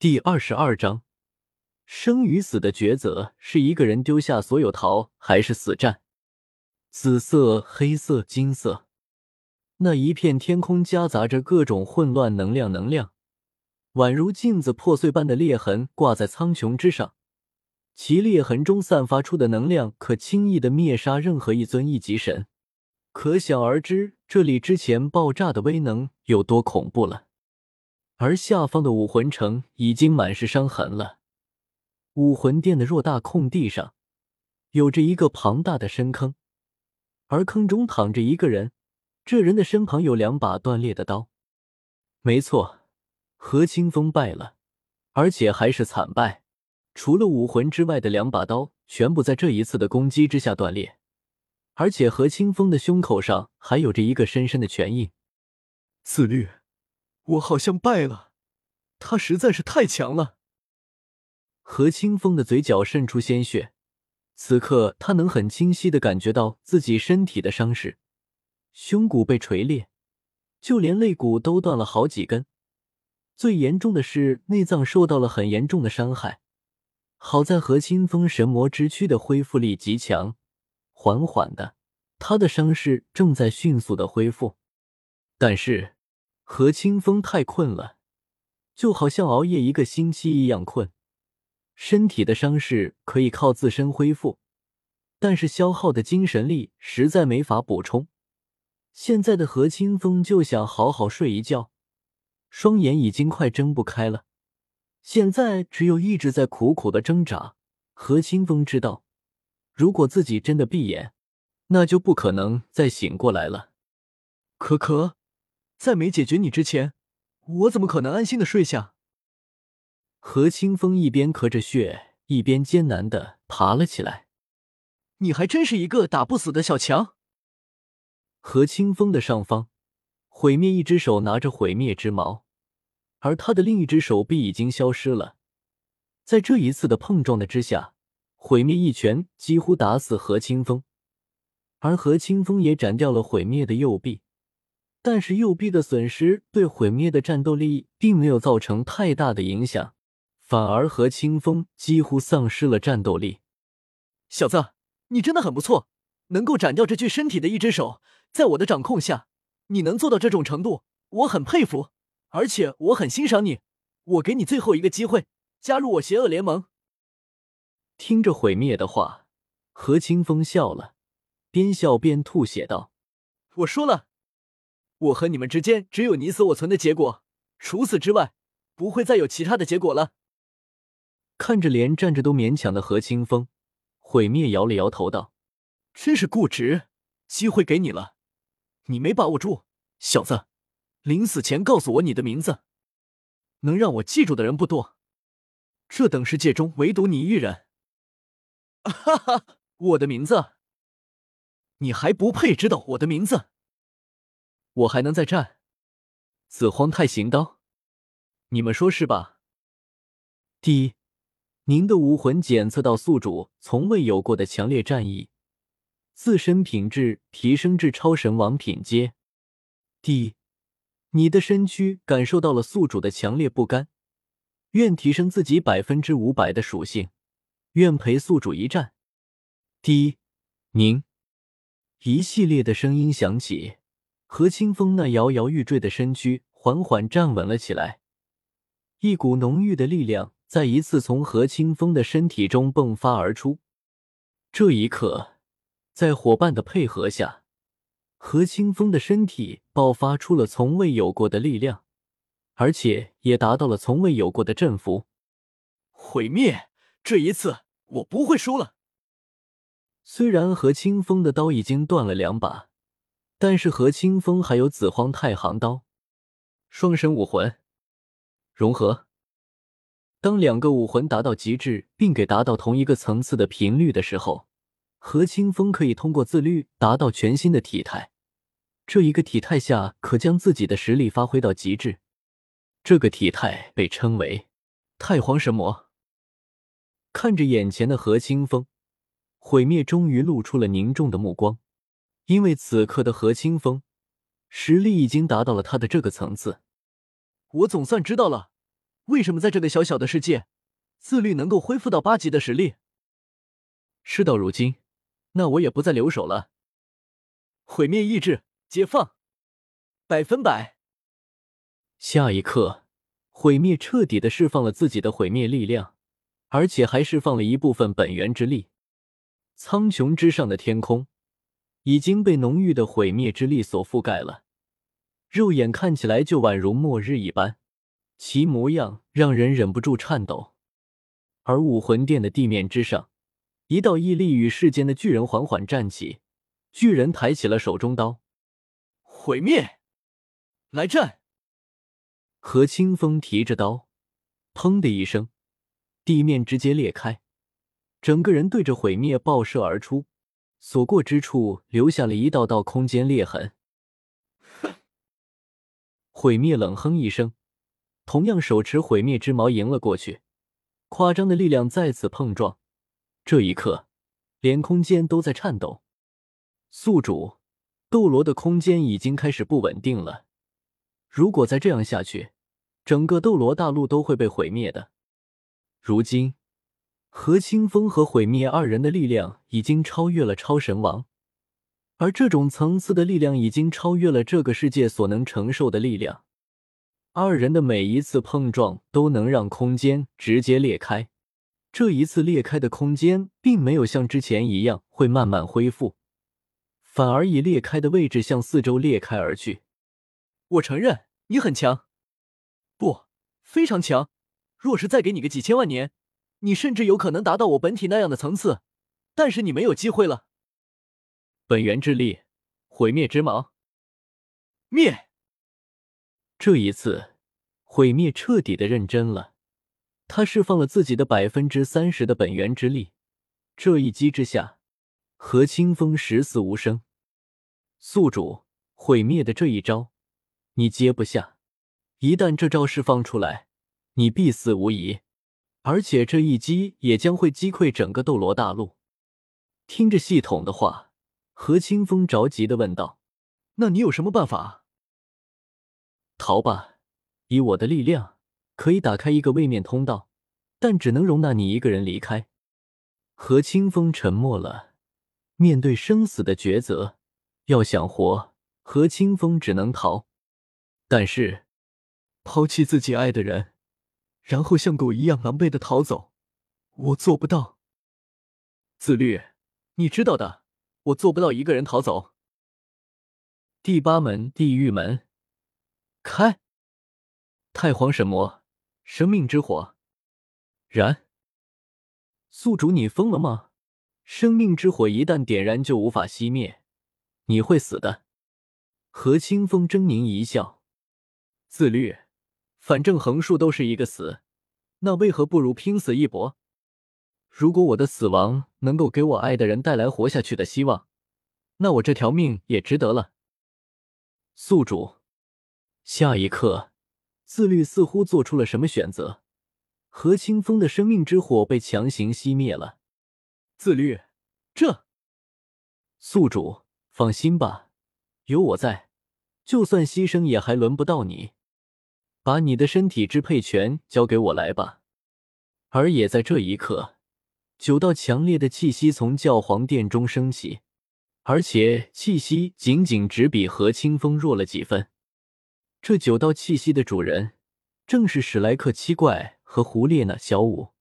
第22章，生与死的抉择是一个人丢下所有逃，还是死战？紫色、黑色、金色，那一片天空夹杂着各种混乱能量，宛如镜子破碎般的裂痕挂在苍穹之上，其裂痕中散发出的能量可轻易地灭杀任何一尊一级神，可想而知这里之前爆炸的威能有多恐怖了。而下方的武魂城已经满是伤痕了，武魂殿的偌大空地上有着一个庞大的深坑，而坑中躺着一个人，这人的身旁有2把断裂的刀。没错，何清风败了，而且还是惨败，除了武魂之外的2把刀全部在这一次的攻击之下断裂，而且何清风的胸口上还有着一个深深的拳印。 自律，我好像败了，他实在是太强了。 何清风的嘴角渗出鲜血，此刻他能很清晰地感觉到自己身体的伤势，胸骨被锤裂，就连肋骨都断了好几根，最严重的是内脏受到了很严重的伤害。好在何清风神魔之躯的恢复力极强，缓缓的，他的伤势正在迅速的恢复。但是何清风太困了，就好像熬夜1个星期一样困。身体的伤势可以靠自身恢复，但是消耗的精神力实在没法补充。现在的何清风就想好好睡一觉，双眼已经快睁不开了，现在只有一直在苦苦的挣扎。何清风知道，如果自己真的闭眼，那就不可能再醒过来了。 可，在没解决你之前，我怎么可能安心的睡下？ 何清风一边咳着血，一边艰难地爬了起来。 你还真是一个打不死的小强。 何清风的上方，毁灭一只手拿着毁灭之矛，而他的另一只手臂已经消失了。在这一次的碰撞的之下，毁灭一拳几乎打死何清风，而何清风也斩掉了毁灭的右臂。但是右臂的损失对毁灭的战斗力并没有造成太大的影响，反而何清风几乎丧失了战斗力。 小子，你真的很不错，能够斩掉这具身体的一只手，在我的掌控下，你能做到这种程度，我很佩服，而且我很欣赏你。我给你最后一个机会，加入我邪恶联盟。 听着毁灭的话，何清风笑了，边笑边吐血道： 我说了，我和你们之间只有你死我存的结果，除此之外，不会再有其他的结果了。 看着连站着都勉强的何清风，毁灭摇了摇头道： 真是固执，机会给你了，你没把握住，小子，临死前告诉我你的名字，能让我记住的人不多，这等世界中唯独你一人。哈哈，我的名字？你还不配知道我的名字。 我还能再战？紫荒太行刀，你们说是吧？第一，您的武魂检测到宿主从未有过的强烈战意，自身品质提升至超神王品阶。第一，你的身躯感受到了宿主的强烈不甘，愿提升自己500%的属性，愿陪宿主一战。第一，您。一系列的声音响起，何清风那摇摇欲坠的身躯缓缓站稳了起来，一股浓郁的力量再一次从何清风的身体中迸发而出。这一刻，在伙伴的配合下，何清风的身体爆发出了从未有过的力量，而且也达到了从未有过的振幅。 毁灭，这一次我不会输了。 虽然何清风的刀已经断了2把，但是何清风还有紫荒太行刀。双神武魂融合，当2个武魂达到极致并给达到同一个层次的频率的时候，何清风可以通过自律达到全新的体态，这一个体态下可将自己的实力发挥到极致，这个体态被称为太皇神魔。看着眼前的何清风，毁灭终于露出了凝重的目光，因为此刻的何清风实力已经达到了他的这个层次。 我总算知道了， 为什么在这个小小的世界，自律能够恢复到8级的实力？事到如今，那我也不再留守了。毁灭意志解放，100%！ 下一刻，毁灭彻底的释放了自己的毁灭力量，而且还释放了一部分本源之力。苍穹之上的天空已经被浓郁的毁灭之力所覆盖了，肉眼看起来就宛如末日一般，其模样让人忍不住颤抖。而武魂殿的地面之上，一道屹立于世间的巨人缓缓站起，巨人抬起了手中刀， 毁灭，来战！ 何清风提着刀，砰的一声，地面直接裂开，整个人对着毁灭爆射而出，所过之处留下了一道道空间裂痕。毁灭冷哼一声，同样手持毁灭之矛迎了过去，夸张的力量再次碰撞。这一刻，连空间都在颤抖。宿主，斗罗的空间已经开始不稳定了，如果再这样下去，整个斗罗大陆都会被毁灭的。如今，何清风和毁灭二人的力量已经超越了超神王，而这种层次的力量已经超越了这个世界所能承受的力量。二人的每一次碰撞都能让空间直接裂开，这一次裂开的空间并没有像之前一样会慢慢恢复，反而以裂开的位置向四周裂开而去。 我承认你很强，不，非常强。若是再给你个几千万年，你甚至有可能达到我本体那样的层次，但是你没有机会了。 本源之力，毁灭之矛， 灭！ 这一次，毁灭彻底的认真了，他释放了自己的30%的本源之力。这一击之下，何清风十死无生。宿主，毁灭的这一招，你接不下。一旦这招释放出来，你必死无疑。而且这一击也将会击溃整个斗罗大陆。听着系统的话，何清风着急地问道：“ 那你有什么办法？” 逃吧，以我的力量，可以打开一个位面通道，但只能容纳你一个人离开。何清风沉默了，面对生死的抉择，要想活，何清风只能逃。但是， 抛弃自己爱的人，然后像狗一样狼狈的逃走，我做不到。自律，你知道的，我做不到一个人逃走。 第8门地狱门开，太皇神魔，生命之火燃。宿主，你疯了吗？生命之火一旦点燃就无法熄灭，你会死的。何清风狰狞一笑，自律，反正横竖都是一个死，那为何不如拼死一搏？如果我的死亡能够给我爱的人带来活下去的希望，那我这条命也值得了。宿主，下一刻，自律似乎做出了什么选择，何清风的生命之火被强行熄灭了。 自律，这…… 宿主，放心吧，有我在，就算牺牲也还轮不到你。把你的身体支配权交给我来吧。而也在这一刻，9道强烈的气息从教皇殿中升起，而且气息仅仅只比何清风弱了几分。这9道气息的主人正是史莱克七怪和胡列娜小舞。